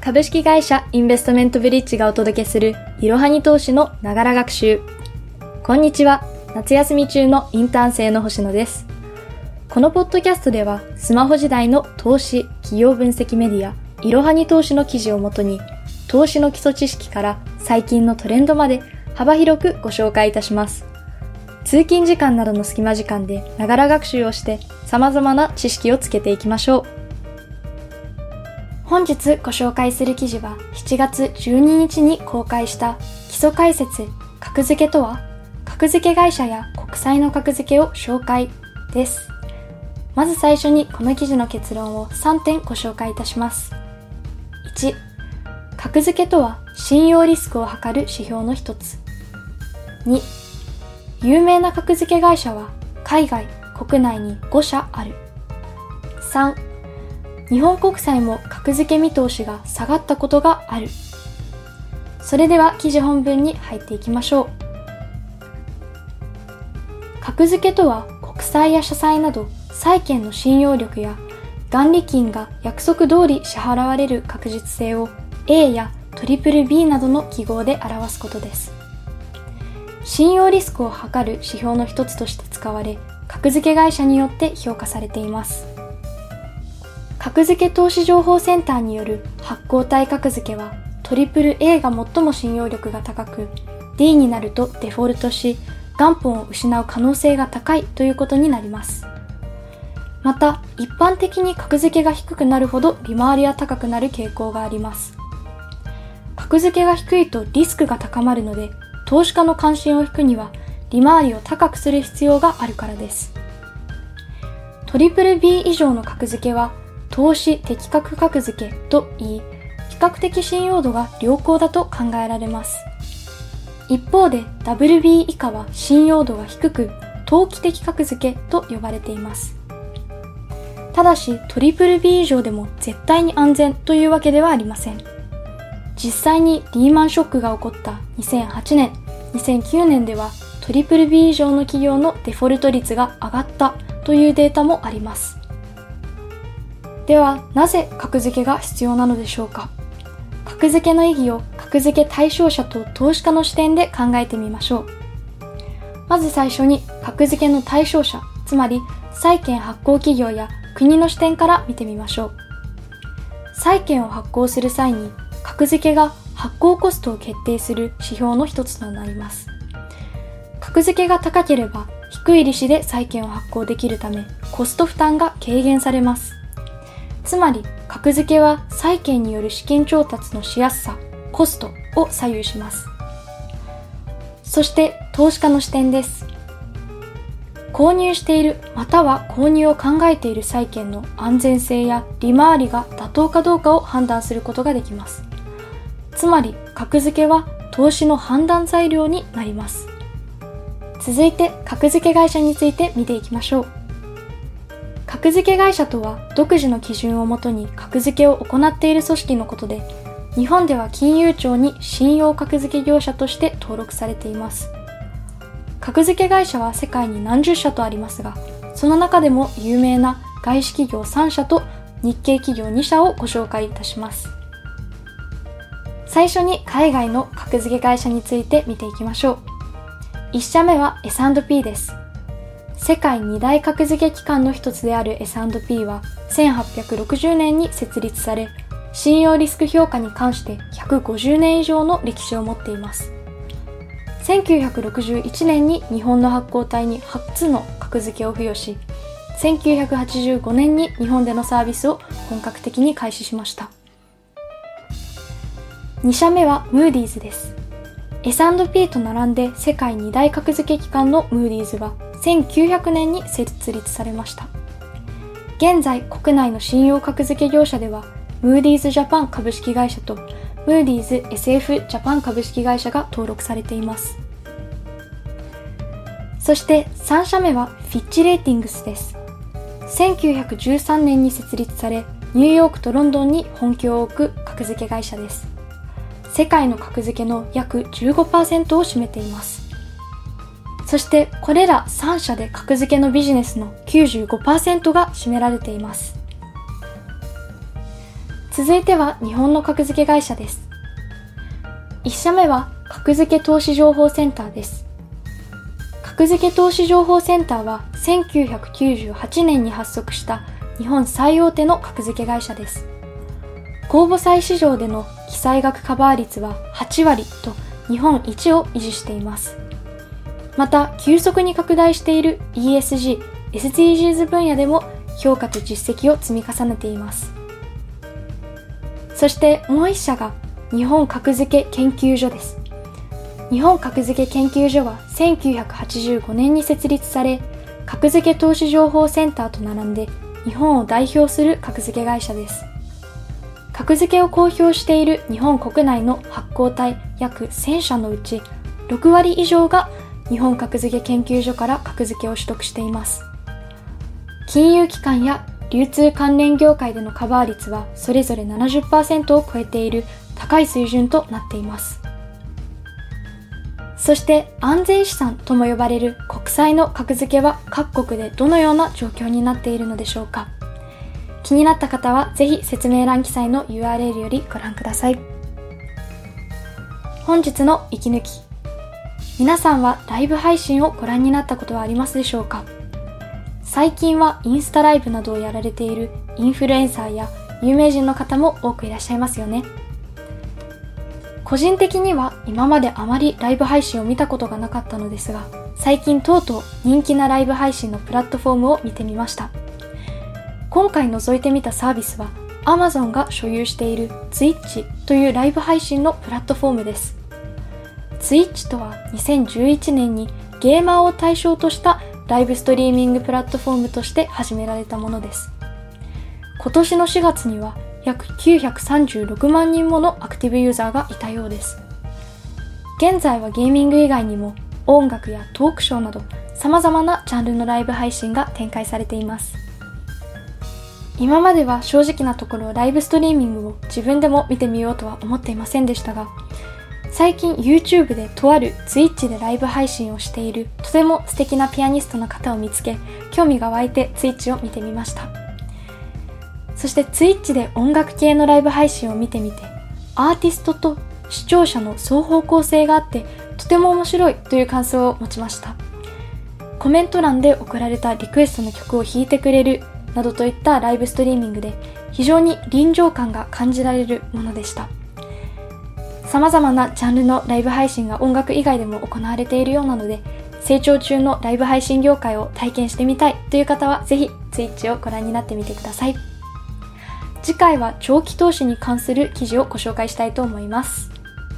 株式会社インベストメントブリッジがお届けするいろはに投資のながら学習。こんにちは。夏休み中のインターン生の星野です。このポッドキャストではスマホ時代の投資、企業分析メディアいろはに投資の記事をもとに投資の基礎知識から最近のトレンドまで幅広くご紹介いたします。通勤時間などの隙間時間でながら学習をして様々な知識をつけていきましょう。本日ご紹介する記事は7月12日に公開した基礎解説格付けとは、格付け会社や国債の格付けを紹介です。まず最初にこの記事の結論を3点ご紹介いたします。1、格付けとは信用リスクを測る指標の一つ。2、有名な格付け会社は海外、国内に5社ある。3、日本国債も格付け見通しが下がったことがある。それでは記事本文に入っていきましょう。格付けとは国債や社債など債券の信用力や元利金が約束通り支払われる確実性を A や BBB などの記号で表すことです。信用リスクを測る指標の一つとして使われ、格付け会社によって評価されています。格付け投資情報センターによる発行体格付けは AAA が最も信用力が高く、 D になるとデフォルトし元本を失う可能性が高いということになります。また一般的に格付けが低くなるほど利回りは高くなる傾向があります。格付けが低いとリスクが高まるので、投資家の関心を引くには利回りを高くする必要があるからです。BBB 以上の格付けは投資適格格付けといい、比較的信用度が良好だと考えられます。一方で WB 以下は信用度が低く、投機的格付けと呼ばれています。ただし BBB 以上でも絶対に安全というわけではありません。実際にリーマンショックが起こった2008年、2009年では BBB 以上の企業のデフォルト率が上がったというデータもあります。ではなぜ格付けが必要なのでしょうか。格付けの意義を格付け対象者と投資家の視点で考えてみましょう。まず最初に格付けの対象者、つまり債券発行企業や国の視点から見てみましょう。債券を発行する際に格付けが発行コストを決定する指標の一つとなります。格付けが高ければ低い利子で債券を発行できるため、コスト負担が軽減されます。つまり格付けは債券による資金調達のしやすさ、コストを左右します。そして投資家の視点です。購入しているまたは購入を考えている債券の安全性や利回りが妥当かどうかを判断することができます。つまり格付けは投資の判断材料になります。続いて格付け会社について見ていきましょう。格付け会社とは独自の基準をもとに格付けを行っている組織のことで、日本では金融庁に信用格付け業者として登録されています。格付け会社は世界に何十社とありますが、その中でも有名な外資企業3社と日系企業2社をご紹介いたします。最初に海外の格付け会社について見ていきましょう。1社目は S&P です。世界2大格付け機関の一つである S&P は1860年に設立され、信用リスク評価に関して150年以上の歴史を持っています。1961年に日本の発行体に初の格付けを付与し、1985年に日本でのサービスを本格的に開始しました。2社目はムーディーズです。S&P と並んで世界2大格付け機関のムーディーズは1900年に設立されました。現在国内の信用格付け業者ではムーディーズジャパン株式会社とムーディーズ SF ジャパン株式会社が登録されています。そして3社目はフィッチレーティングスです。1913年に設立され、ニューヨークとロンドンに本拠を置く格付け会社です。世界の格付けの約 15% を占めています。そしてこれら3社で格付けのビジネスの 95% が占められています。 続いては日本の格付け会社です。1社目は格付け投資情報センターです。格付け投資情報センターは1998年に発足した日本最大手の格付け会社です。公募債市場での記載額カバー率は8割と日本一を維持しています。また、急速に拡大している ESG、SDGs 分野でも評価と実績を積み重ねています。そしてもう一社が日本格付け研究所です。日本格付け研究所は1985年に設立され、格付け投資情報センターと並んで日本を代表する格付け会社です。格付けを公表している日本国内の発行体約1000社のうち6割以上が日本格付け研究所から格付けを取得しています。金融機関や流通関連業界でのカバー率はそれぞれ 70% を超えている高い水準となっています。そして安全資産とも呼ばれる国債の格付けは各国でどのような状況になっているのでしょうか。気になった方はぜひ説明欄記載の URL よりご覧ください。本日の息抜き。皆さんはライブ配信をご覧になったことはありますでしょうか。最近はインスタライブなどをやられているインフルエンサーや有名人の方も多くいらっしゃいますよね。個人的には今まであまりライブ配信を見たことがなかったのですが、最近とうとう人気なライブ配信のプラットフォームを見てみました。今回覗いてみたサービスは Amazon が所有している Twitch というライブ配信のプラットフォームです。Twitch とは2011年にゲーマーを対象としたライブストリーミングプラットフォームとして始められたものです。今年の4月には約936万人ものアクティブユーザーがいたようです。現在はゲーミング以外にも音楽やトークショーなど様々なジャンルのライブ配信が展開されています。今までは正直なところライブストリーミングを自分でも見てみようとは思っていませんでしたが、最近 YouTube でとある Twitch でライブ配信をしているとても素敵なピアニストの方を見つけ、興味が湧いて Twitch を見てみました。そして Twitch で音楽系のライブ配信を見てみて、アーティストと視聴者の双方向性があってとても面白いという感想を持ちました。コメント欄で送られたリクエストの曲を弾いてくれるなどといったライブストリーミングで非常に臨場感が感じられるものでした。様々なジャンルのライブ配信が音楽以外でも行われているようなので、成長中のライブ配信業界を体験してみたいという方はぜひ Twitch をご覧になってみてください。次回は長期投資に関する記事をご紹介したいと思います。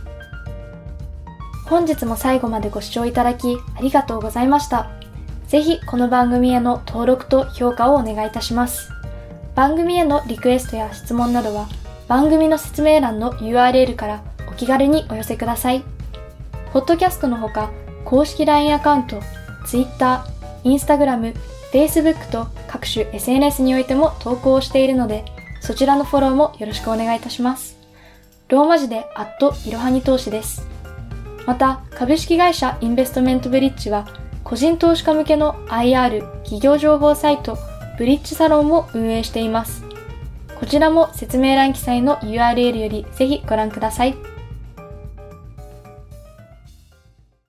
本日も最後までご視聴いただきありがとうございました。ぜひこの番組への登録と評価をお願いいたします。番組へのリクエストや質問などは番組の説明欄の URL からお気軽にお寄せください。ポッドキャストのほか公式 LINE アカウント、Twitter、Instagram、Facebook と各種 SNS においても投稿をしているので、そちらのフォローもよろしくお願いいたします。ローマ字でいろはに投資です。また、株式会社インベストメントブリッジは、個人投資家向けの IR 企業情報サイトブリッジサロンを運営しています。こちらも説明欄記載の URL よりぜひご覧ください。